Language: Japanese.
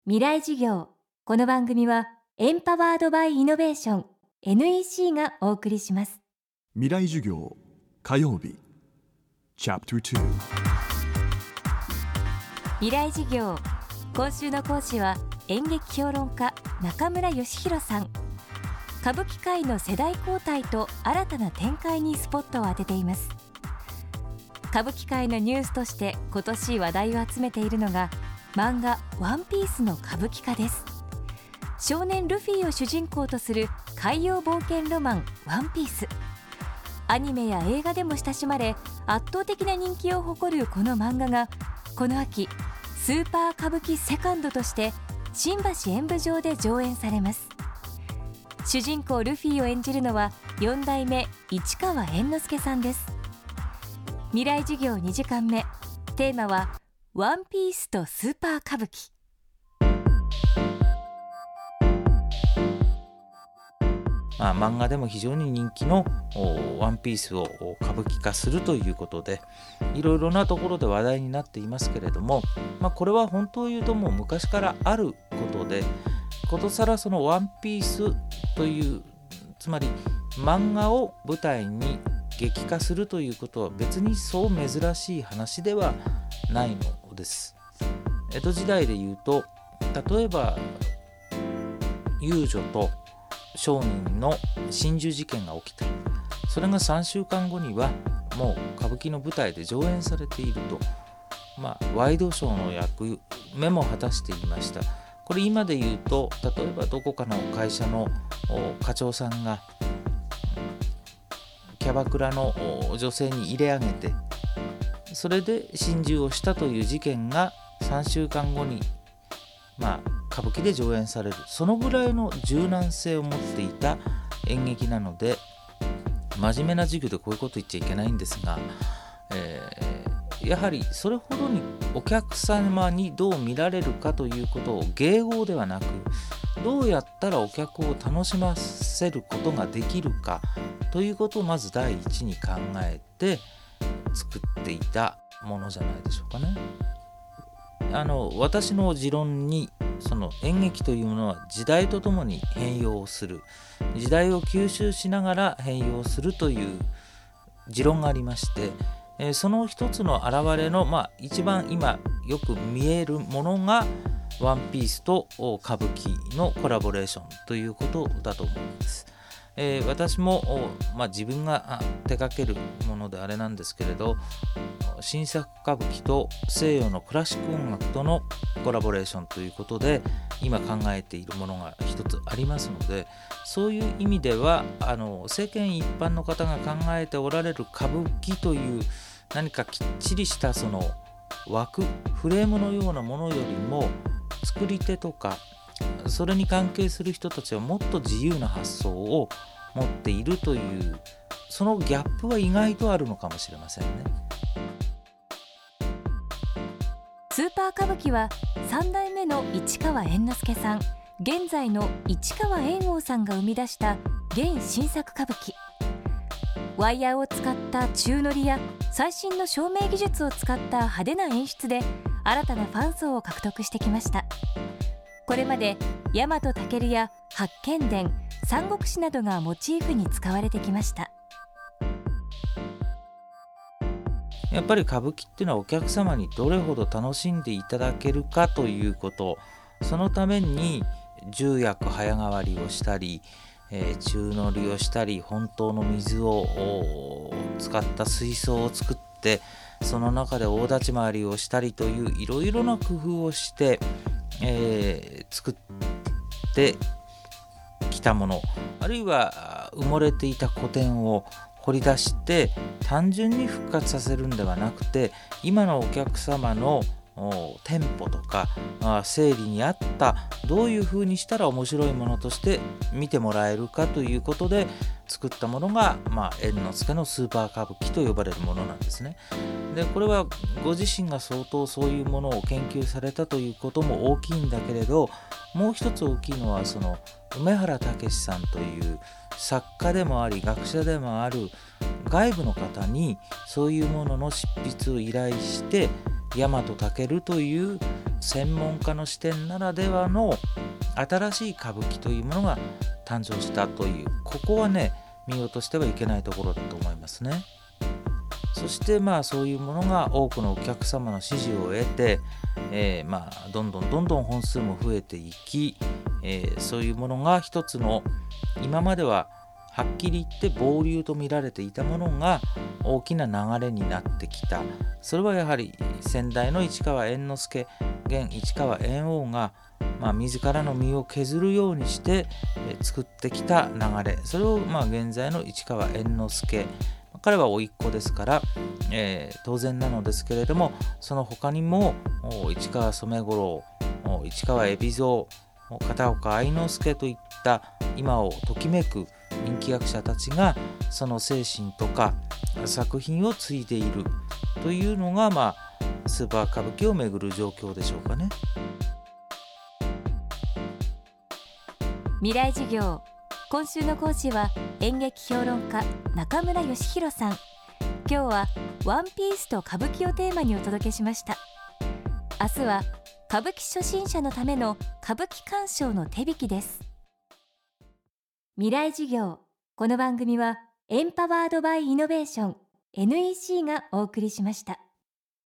未来事業。この番組はエンパワードバイイノベーション NEC がお送りします。 未来授業火曜日チャプター2。 未来事業。今週の講師は演劇評論家中村義弘さん。歌舞伎界の世代交代と新たな展開にスポットを当てています。歌舞伎界のニュースとして今年話題を集めているのが漫画ワンピースの歌舞伎化です。少年ルフィを主人公とする海洋冒険ロマンワンピース。アニメや映画でも親しまれ圧倒的な人気を誇るこの漫画がこの秋スーパー歌舞伎セカンドとして新橋演舞場で上演されます。主人公ルフィを演じるのは4代目市川猿之助さんです。未来授業2時間目、テーマはワンピースとスーパー歌舞伎。 漫画でも非常に人気のワンピースを歌舞伎化するということでいろいろなところで話題になっていますけれども、これは本当を言うともう昔からあることで、ことさらそのワンピースというつまり漫画を舞台に劇化するということは別にそう珍しい話ではないのです。江戸時代でいうと例えば遊女と商人の心中事件が起きた。それが3週間後にはもう歌舞伎の舞台で上演されていると、ワイドショーの役目も果たしていました。これ今で言うと例えばどこかの会社の課長さんがキャバクラの女性に入れ上げてそれで心中をしたという事件が3週間後に歌舞伎で上演される、そのぐらいの柔軟性を持っていた演劇なので、真面目な授業でこういうこと言っちゃいけないんですが、やはりそれほどにお客様にどう見られるかということを芸語ではなく、どうやったらお客を楽しませることができるかということをまず第一に考えて作っていたものじゃないでしょうかね。私の持論にその演劇というものは時代とともに変容する、時代を吸収しながら変容するという持論がありまして、その一つの表れの、一番今よく見えるものがワンピースと歌舞伎のコラボレーションということだと思います。私も、自分が手掛けるものであれなんですけれど、新作歌舞伎と西洋のクラシック音楽とのコラボレーションということで今考えているものが一つありますので、そういう意味では世間一般の方が考えておられる歌舞伎という何かきっちりしたその枠フレームのようなものよりも作り手とかそれに関係する人たちはもっと自由な発想を持っているというそのギャップは意外とあるのかもしれませんね。 スーパー歌舞伎は3代目の市川猿之助さん、現在の市川猿翁さんが生み出した現新作歌舞伎。ワイヤーを使った宙乗りや最新の照明技術を使った派手な演出で新たなファン層を獲得してきました。これまで大和武や八犬伝、三国志などがモチーフに使われてきました。 やっぱり歌舞伎っていうのはお客様にどれほど楽しんでいただけるかということ、そのために重役早変わりをしたり、宙乗りをしたり、本当の水を使った水槽を作ってその中で大立ち回りをしたりといういろいろな工夫をして、作ってきたもの、あるいは埋もれていた古典を掘り出して単純に復活させるんではなくて、今のお客様のテンポとか整理に合ったどういう風にしたら面白いものとして見てもらえるかということで作ったものが、猿之助のスーパー歌舞伎と呼ばれるものなんですね。でこれはご自身が相当そういうものを研究されたということも大きいんだけれど、もう一つ大きいのはその梅原武さんという作家でもあり学者でもある外部の方にそういうものの執筆を依頼して大和武という専門家の視点ならではの新しい歌舞伎というものが誕生したという、ここはね見落としてはいけないところだと思いますね。そしてそういうものが多くのお客様の支持を得て、どんどん本数も増えていき、そういうものが一つの、今までははっきり言って暴流と見られていたものが大きな流れになってきた。それはやはり先代の市川猿之助現市川猿翁が、自らの身を削るようにして、作ってきた流れ、それを現在の市川猿之助、彼は甥っ子ですから、当然なのですけれども、その他にも市川染五郎、市川海老蔵、片岡愛之助といった今をときめく人気役者たちがその精神とか作品を継いでいるというのが、スーパー歌舞伎をめぐる状況でしょうかね。 未来授業、今週の講師は演劇評論家中村義弘さん。今日はワンピースと歌舞伎をテーマにお届けしました。明日は歌舞伎初心者のための歌舞伎鑑賞の手引きです。未来授業、この番組はエンパワードバイイノベーション NEC がお送りしました。